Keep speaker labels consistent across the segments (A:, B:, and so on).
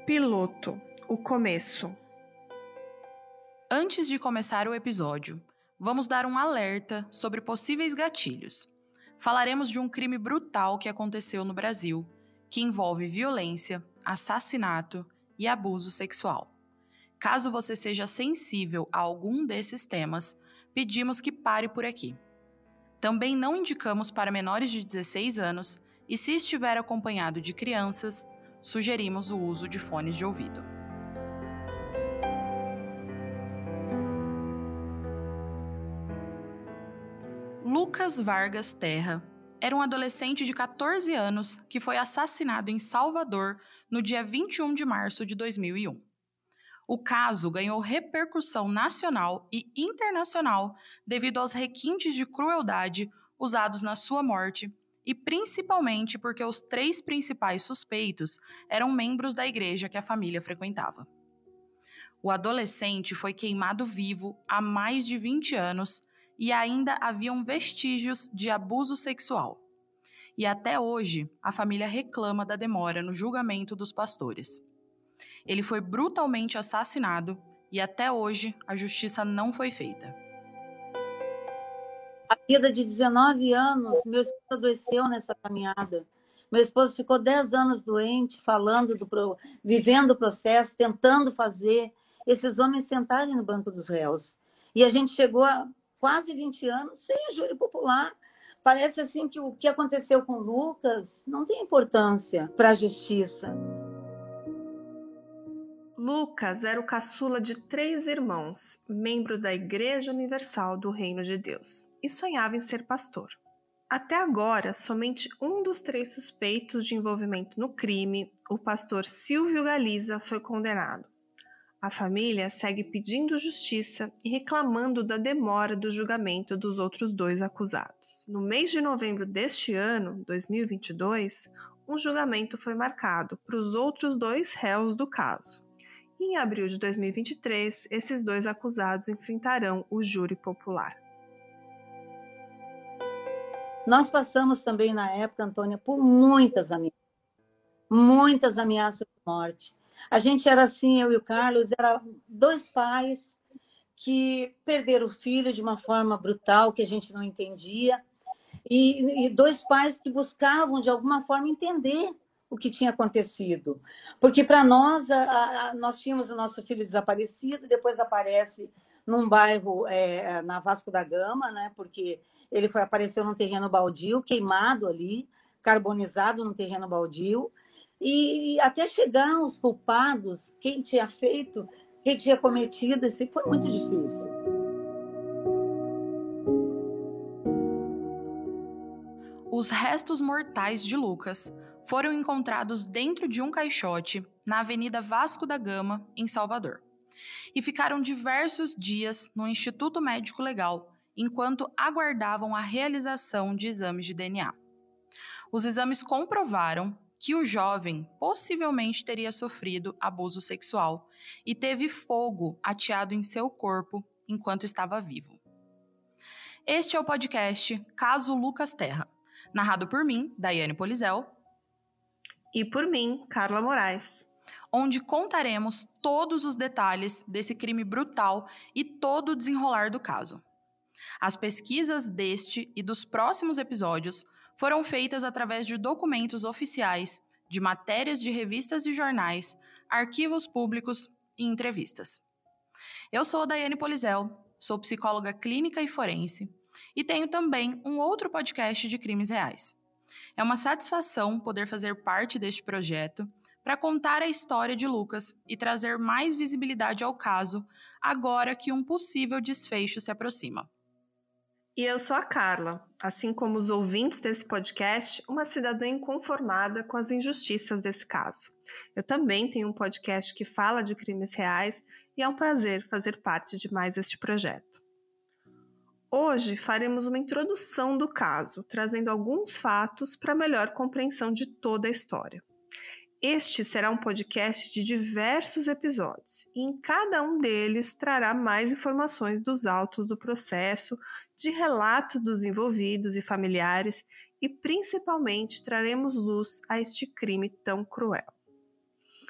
A: Piloto, o começo.
B: Antes de começar o episódio, vamos dar um alerta sobre possíveis gatilhos. Falaremos de um crime brutal que aconteceu no Brasil, que envolve violência, assassinato e abuso sexual. Caso você seja sensível a algum desses temas, pedimos que pare por aqui. Também não indicamos para menores de 16 anos e, se estiver acompanhado de crianças, sugerimos o uso de fones de ouvido. Lucas Vargas Terra era um adolescente de 14 anos que foi assassinado em Salvador no dia 21 de março de 2001. O caso ganhou repercussão nacional e internacional devido aos requintes de crueldade usados na sua morte e principalmente porque os 3 principais suspeitos eram membros da igreja que a família frequentava. O adolescente foi queimado vivo há mais de 20 anos e ainda haviam vestígios de abuso sexual. E até hoje, a família reclama da demora no julgamento dos pastores. Ele foi brutalmente assassinado e até hoje a justiça não foi feita.
C: A vida de 19 anos, meu esposo adoeceu nessa caminhada. Meu esposo ficou 10 anos doente, vivendo o processo, tentando fazer esses homens sentarem no banco dos réus. E a gente chegou a quase 20 anos sem júri popular. Parece assim que o que aconteceu com o Lucas não tem importância para a justiça.
A: Lucas era o caçula de 3 irmãos, membro da Igreja Universal do Reino de Deus, e sonhava em ser pastor. Até agora, somente um dos 3 suspeitos de envolvimento no crime, o pastor Silvio Galiza, foi condenado. A família segue pedindo justiça e reclamando da demora do julgamento dos outros 2 acusados. No mês de novembro deste ano, 2022, um julgamento foi marcado para os outros 2 réus do caso. E em abril de 2023, esses 2 acusados enfrentarão o júri popular.
C: Nós passamos também na época, Antônia, por muitas ameaças de morte. A gente era assim, eu e o Carlos, era 2 pais que perderam o filho de uma forma brutal, que a gente não entendia, e 2 pais que buscavam, de alguma forma, entender o que tinha acontecido. Porque, para nós, nós tínhamos o nosso filho desaparecido, depois aparece num bairro, na Vasco da Gama, né? Porque ele apareceu num terreno baldio, queimado ali, carbonizado num terreno baldio, e até chegar aos culpados, quem tinha feito, quem tinha cometido, isso foi muito difícil.
B: Os restos mortais de Lucas foram encontrados dentro de um caixote na Avenida Vasco da Gama, em Salvador, e ficaram diversos dias no Instituto Médico Legal, enquanto aguardavam a realização de exames de DNA. Os exames comprovaram que o jovem possivelmente teria sofrido abuso sexual e teve fogo ateado em seu corpo enquanto estava vivo. Este é o podcast Caso Lucas Terra, narrado por mim, Daiane Polizel,
A: e por mim, Carla Moraes,
B: onde contaremos todos os detalhes desse crime brutal e todo o desenrolar do caso. As pesquisas deste e dos próximos episódios foram feitas através de documentos oficiais, de matérias de revistas e jornais, arquivos públicos e entrevistas. Eu sou Daiane Polizel, sou psicóloga clínica e forense e tenho também um outro podcast de crimes reais. É uma satisfação poder fazer parte deste projeto para contar a história de Lucas e trazer mais visibilidade ao caso agora que um possível desfecho se aproxima.
A: E eu sou a Carla, assim como os ouvintes desse podcast, uma cidadã inconformada com as injustiças desse caso. Eu também tenho um podcast que fala de crimes reais e é um prazer fazer parte de mais este projeto. Hoje faremos uma introdução do caso, trazendo alguns fatos para melhor compreensão de toda a história. Este será um podcast de diversos episódios e em cada um deles trará mais informações dos autos do processo, de relato dos envolvidos e familiares e principalmente traremos luz a este crime tão cruel.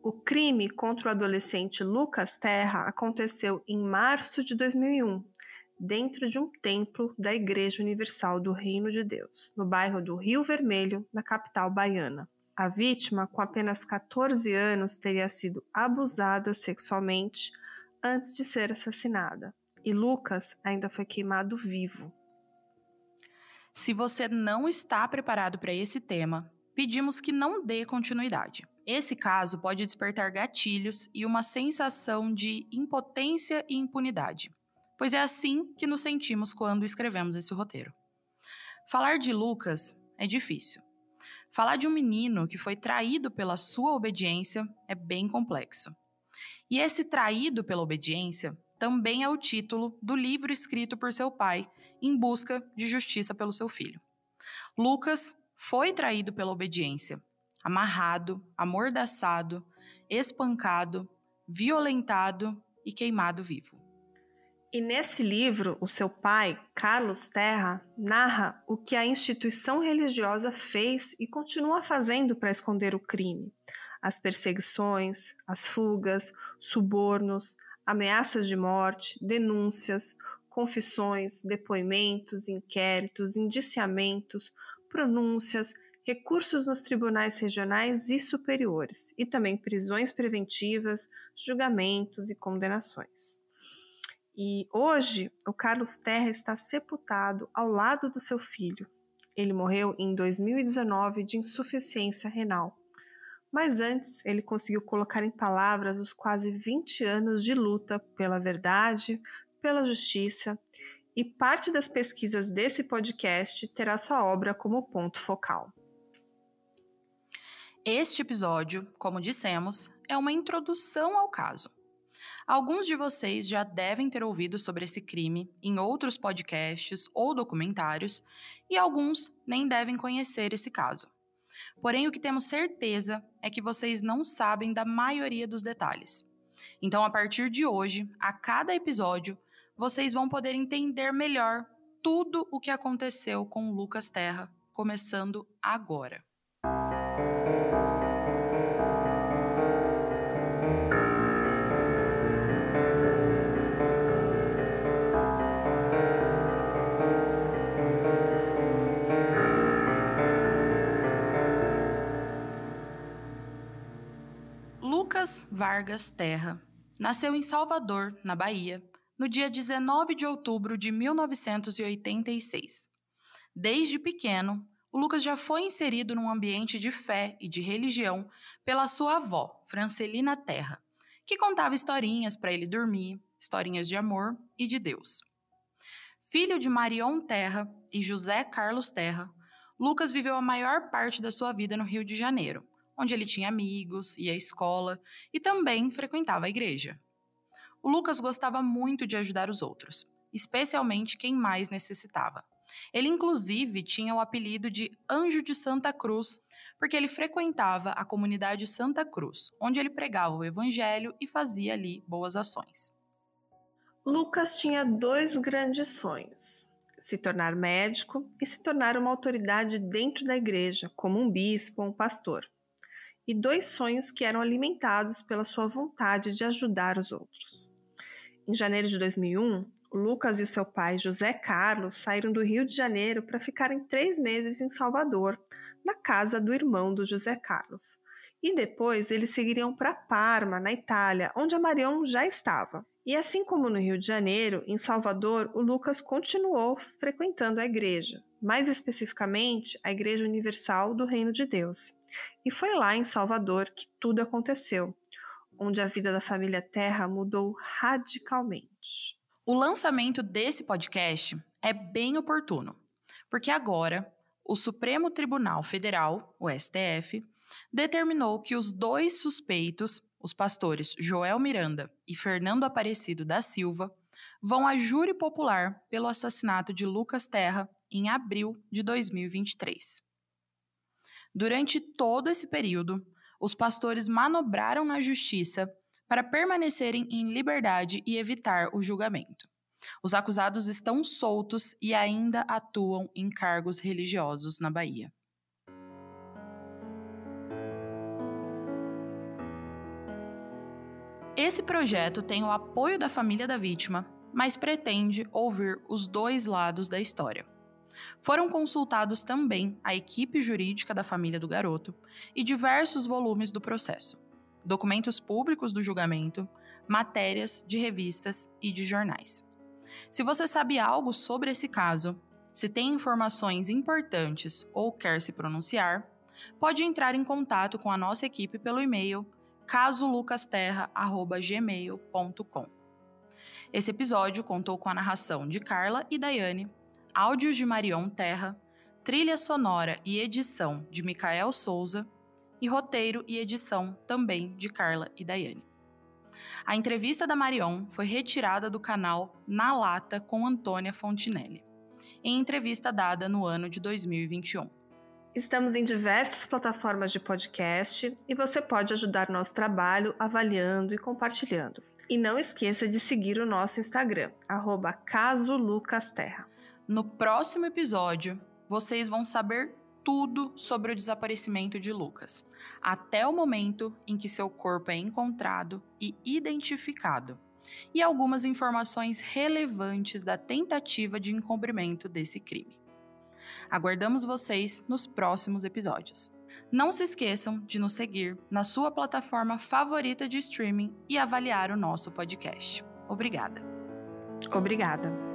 A: O crime contra o adolescente Lucas Terra aconteceu em março de 2001, dentro de um templo da Igreja Universal do Reino de Deus, no bairro do Rio Vermelho, na capital baiana. A vítima, com apenas 14 anos, teria sido abusada sexualmente antes de ser assassinada, e Lucas ainda foi queimado vivo.
B: Se você não está preparado para esse tema, pedimos que não dê continuidade. Esse caso pode despertar gatilhos e uma sensação de impotência e impunidade, pois é assim que nos sentimos quando escrevemos esse roteiro. Falar de Lucas é difícil. Falar de um menino que foi traído pela sua obediência é bem complexo. E esse traído pela obediência também é o título do livro escrito por seu pai em busca de justiça pelo seu filho. Lucas foi traído pela obediência, amarrado, amordaçado, espancado, violentado e queimado vivo.
A: E nesse livro, o seu pai, Carlos Terra, narra o que a instituição religiosa fez e continua fazendo para esconder o crime. As perseguições, as fugas, subornos, ameaças de morte, denúncias, confissões, depoimentos, inquéritos, indiciamentos, pronúncias, recursos nos tribunais regionais e superiores, e também prisões preventivas, julgamentos e condenações. E hoje, o Carlos Terra está sepultado ao lado do seu filho. Ele morreu em 2019 de insuficiência renal. Mas antes, ele conseguiu colocar em palavras os quase 20 anos de luta pela verdade, pela justiça, e parte das pesquisas desse podcast terá sua obra como ponto focal.
B: Este episódio, como dissemos, é uma introdução ao caso. Alguns de vocês já devem ter ouvido sobre esse crime em outros podcasts ou documentários, e alguns nem devem conhecer esse caso. Porém, o que temos certeza é que vocês não sabem da maioria dos detalhes. Então, a partir de hoje, a cada episódio, vocês vão poder entender melhor tudo o que aconteceu com o Lucas Terra, começando agora. Lucas Vargas Terra nasceu em Salvador, na Bahia, no dia 19 de outubro de 1986. Desde pequeno, o Lucas já foi inserido num ambiente de fé e de religião pela sua avó, Francelina Terra, que contava historinhas para ele dormir, historinhas de amor e de Deus. Filho de Marion Terra e José Carlos Terra, Lucas viveu a maior parte da sua vida no Rio de Janeiro, onde ele tinha amigos, ia à escola e também frequentava a igreja. O Lucas gostava muito de ajudar os outros, especialmente quem mais necessitava. Ele, inclusive, tinha o apelido de Anjo de Santa Cruz, porque ele frequentava a comunidade Santa Cruz, onde ele pregava o evangelho e fazia ali boas ações.
A: Lucas tinha 2 grandes sonhos: se tornar médico e se tornar uma autoridade dentro da igreja, como um bispo ou um pastor. E 2 sonhos que eram alimentados pela sua vontade de ajudar os outros. Em janeiro de 2001, o Lucas e o seu pai, José Carlos, saíram do Rio de Janeiro para ficarem 3 meses em Salvador, na casa do irmão do José Carlos. E depois eles seguiriam para Parma, na Itália, onde a Marion já estava. E assim como no Rio de Janeiro, em Salvador, o Lucas continuou frequentando a igreja, mais especificamente a Igreja Universal do Reino de Deus. E foi lá em Salvador que tudo aconteceu, onde a vida da família Terra mudou radicalmente.
B: O lançamento desse podcast é bem oportuno, porque agora o Supremo Tribunal Federal, o STF, determinou que os 2 suspeitos, os pastores Joel Miranda e Fernando Aparecido da Silva, vão a júri popular pelo assassinato de Lucas Terra em abril de 2023. Durante todo esse período, os pastores manobraram na justiça para permanecerem em liberdade e evitar o julgamento. Os acusados estão soltos e ainda atuam em cargos religiosos na Bahia. Esse projeto tem o apoio da família da vítima, mas pretende ouvir os dois lados da história. Foram consultados também a equipe jurídica da família do garoto e diversos volumes do processo, documentos públicos do julgamento, matérias de revistas e de jornais. Se você sabe algo sobre esse caso, se tem informações importantes ou quer se pronunciar, pode entrar em contato com a nossa equipe pelo e-mail casolucasterra@gmail.com. Esse episódio contou com a narração de Carla e Daiane, áudios de Marion Terra, trilha sonora e edição de Micael Souza e roteiro e edição também de Carla e Daiane. A entrevista da Marion foi retirada do canal Na Lata com Antônia Fontinelli, em entrevista dada no ano de 2021.
A: Estamos em diversas plataformas de podcast e você pode ajudar nosso trabalho avaliando e compartilhando. E não esqueça de seguir o nosso Instagram, @casolucasterra.
B: No próximo episódio, vocês vão saber tudo sobre o desaparecimento de Lucas, até o momento em que seu corpo é encontrado e identificado, e algumas informações relevantes da tentativa de encobrimento desse crime. Aguardamos vocês nos próximos episódios. Não se esqueçam de nos seguir na sua plataforma favorita de streaming e avaliar o nosso podcast. Obrigada.
A: Obrigada.